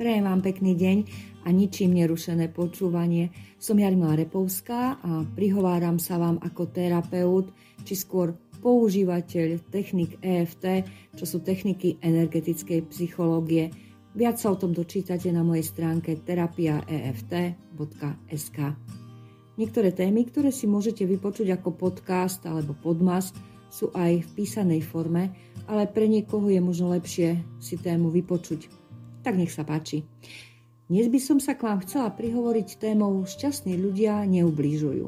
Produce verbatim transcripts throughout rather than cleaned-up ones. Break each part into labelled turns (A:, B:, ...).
A: Prajem vám pekný deň a ničím nerušené počúvanie. Som Jarmila Repovská a prihováram sa vám ako terapeut, či skôr používateľ technik é ef té, čo sú techniky energetickej psychológie. Viac sa o tom dočítate na mojej stránke terapia e ef té bodka es ká. Niektoré témy, ktoré si môžete vypočuť ako podcast alebo podmas, sú aj v písanej forme, ale pre niekoho je možno lepšie si tému vypočuť. Tak nech sa páči. Dnes by som sa k vám chcela prihovoriť témou Šťastní ľudia neubližujú.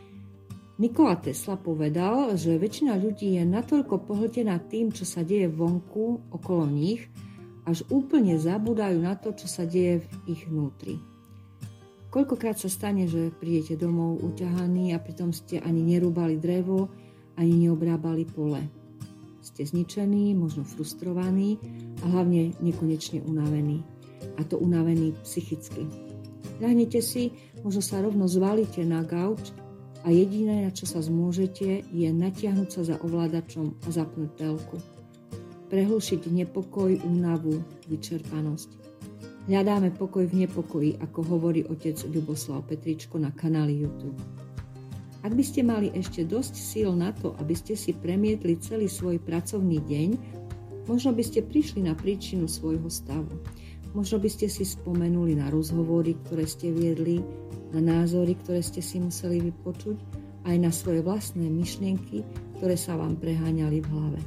A: Nikola Tesla povedal, že väčšina ľudí je natoľko pohltená tým, čo sa deje vonku, okolo nich, až úplne zabúdajú na to, čo sa deje v ich vnútri. Koľkokrát sa stane, že prídete domov uťahaní a pritom ste ani nerúbali drevo, ani neobrábali pole. Ste zničení, možno frustrovaní a hlavne nekonečne unavení. A to unavení psychicky. Ľahnete si, možno sa rovno zvalíte na gauč a jediné, na čo sa zmôžete, je natiahnuť sa za ovládačom a zapnúť telku. Prehlušiť nepokoj, únavu, vyčerpanosť. Hľadáme pokoj v nepokoji, ako hovorí otec Ľuboslav Petričko na kanáli YouTube. Ak by ste mali ešte dosť síl na to, aby ste si premietli celý svoj pracovný deň, možno by ste prišli na príčinu svojho stavu. Možno by ste si spomenuli na rozhovory, ktoré ste viedli, na názory, ktoré ste si museli vypočuť, aj na svoje vlastné myšlienky, ktoré sa vám preháňali v hlave.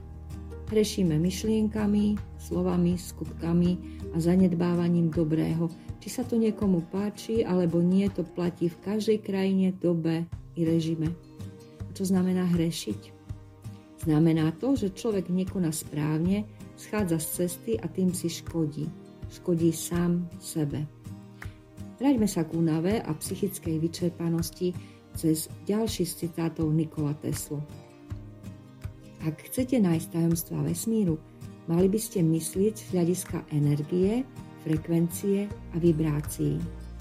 A: Hrešíme myšlienkami, slovami, skutkami a zanedbávaním dobrého. Či sa to niekomu páči, alebo nie, to platí v každej krajine, dobe i režime. Čo znamená hrešiť? Znamená to, že človek nekoná správne, schádza z cesty a tým si škodí. Škodí sám sebe. Vráťme sa k únave a psychickej vyčerpanosti cez ďalší z citátov Nikola Teslu. Ak chcete nájsť tajomstvá vesmíru, mali by ste myslieť z hľadiska energie, frekvencie a vibrácií.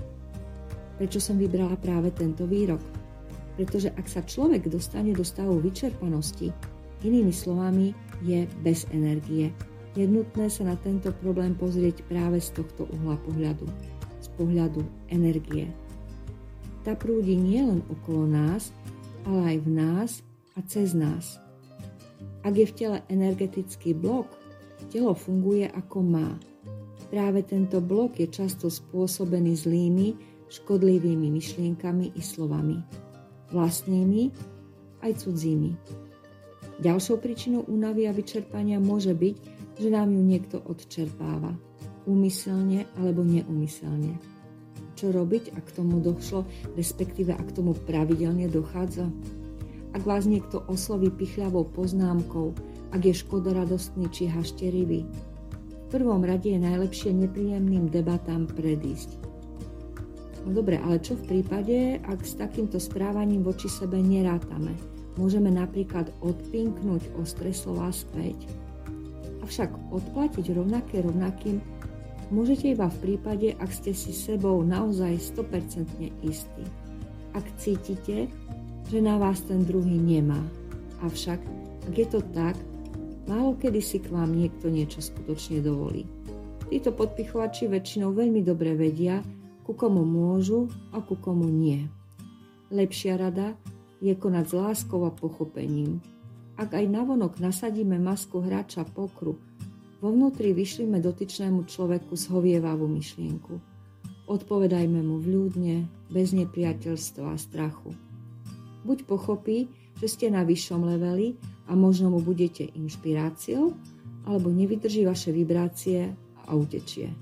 A: Prečo som vybrala práve tento výrok? Pretože ak sa človek dostane do stavu vyčerpanosti, inými slovami je bez energie. Je nutné sa na tento problém pozrieť práve z tohto uhla pohľadu, z pohľadu energie. Tá prúdi nielen okolo nás, ale aj v nás a cez nás. Ak je v tele energetický blok, telo funguje ako má. Práve tento blok je často spôsobený zlými, škodlivými myšlienkami i slovami. Vlastnými aj cudzími. Ďalšou príčinou únavy a vyčerpania môže byť, že nám ju niekto odčerpáva. Úmyselne alebo neúmyselne. Čo robiť, ak k tomu došlo, respektíve ak k tomu pravidelne dochádza? Ak vás niekto osloví pichľavou poznámkou, ak je škodoradostný či hašterivý, v prvom rade je najlepšie nepríjemným debatám predísť. No dobre, ale čo v prípade, ak s takýmto správaním voči sebe nerátame? Môžeme napríklad odpinknúť ostré slová späť. Avšak odplatiť rovnaké rovnakým môžete iba v prípade, ak ste si sebou naozaj sto percent istí. Ak cítite, že na vás ten druhý nemá. Avšak, ak je to tak, málo kedy si k vám niekto niečo skutočne dovolí. Títo podpichovači väčšinou veľmi dobre vedia, ku komu môžu a ku komu nie. Lepšia rada je konať s láskou a pochopením. Ak aj navonok nasadíme masku hráča pokru, vo vnútri vyšlime dotyčnému človeku zhovievavú myšlienku. Odpovedajme mu vľúdne, bez nepriateľstva a strachu. Buď pochopí, že ste na vyššom leveli a možno mu budete inšpiráciou, alebo nevydrží vaše vibrácie a utečie.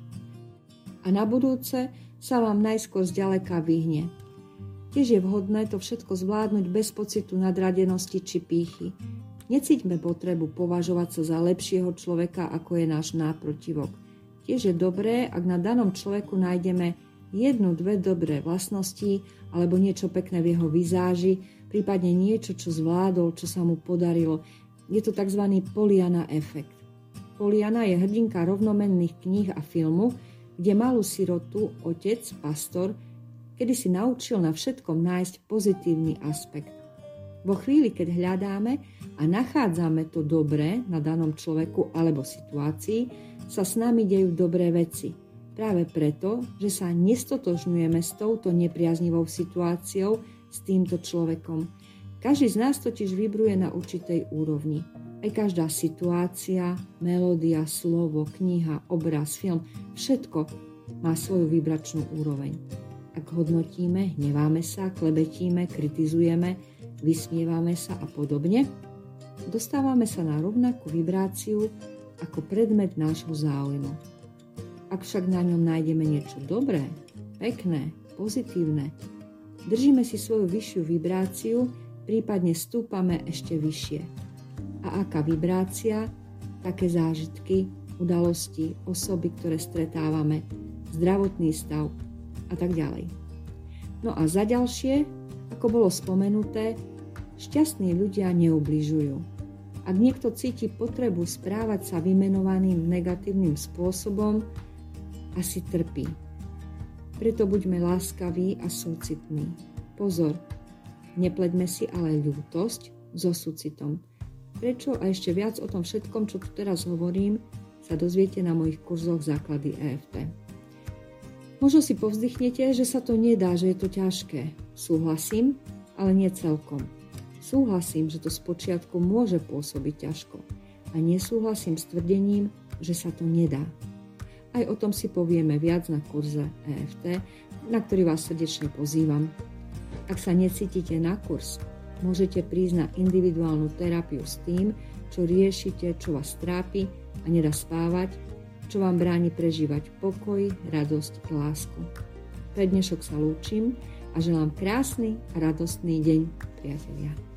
A: A na budúce sa vám najskôr zďaleka vyhne. Tiež je vhodné to všetko zvládnuť bez pocitu nadradenosti či pýchy. Necíťme potrebu považovať sa za lepšieho človeka, ako je náš náprotivok. Tiež je dobré, ak na danom človeku nájdeme jednu, dve dobré vlastnosti alebo niečo pekné v jeho vizáži, prípadne niečo, čo zvládol, čo sa mu podarilo. Je to tzv. Pollyanna efekt. Pollyanna je hrdinka rovnomenných kníh a filmu, kde malú sirotu otec, pastor, kedy si naučil na všetkom nájsť pozitívny aspekt. Vo chvíli, keď hľadáme a nachádzame to dobré na danom človeku alebo situácii, sa s nami dejú dobré veci. Práve preto, že sa nestotožňujeme s touto nepriaznivou situáciou, s týmto človekom. Každý z nás totiž vibruje na určitej úrovni. Aj každá situácia, melódia, slovo, kniha, obraz, film, všetko má svoju vibračnú úroveň. Ak hodnotíme, hneváme sa, klebetíme, kritizujeme, vysmievame sa a podobne, dostávame sa na rovnakú vibráciu ako predmet nášho záujmu. Ak však na ňom nájdeme niečo dobré, pekné, pozitívne, držíme si svoju vyššiu vibráciu, prípadne stúpame ešte vyššie. A aká vibrácia, také zážitky, udalosti, osoby, ktoré stretávame, zdravotný stav a tak ďalej. No a za ďalšie, ako bolo spomenuté, šťastní ľudia neubližujú. Ak niekto cíti potrebu správať sa vymenovaným negatívnym spôsobom, asi trpí. Preto buďme láskaví a súcitní. Pozor, nepleďme si ale ľútosť so súcitom. Prečo a ešte viac o tom všetkom, čo tu teraz hovorím, sa dozviete na mojich kurzoch Základy é ef té. Možno si povzdychnete, že sa to nedá, že je to ťažké. Súhlasím, ale nie celkom. Súhlasím, že to spočiatku môže pôsobiť ťažko. A nesúhlasím s tvrdením, že sa to nedá. Aj o tom si povieme viac na kurze é ef té, na ktorý vás srdečne pozývam. Ak sa necítite na kurz, môžete prísť na individuálnu terapiu s tým, čo riešite, čo vás trápi a nedá spávať, čo vám bráni prežívať pokoj, radosť a lásku. Pre dnešok sa lúčim a želám krásny a radostný deň, priatelia.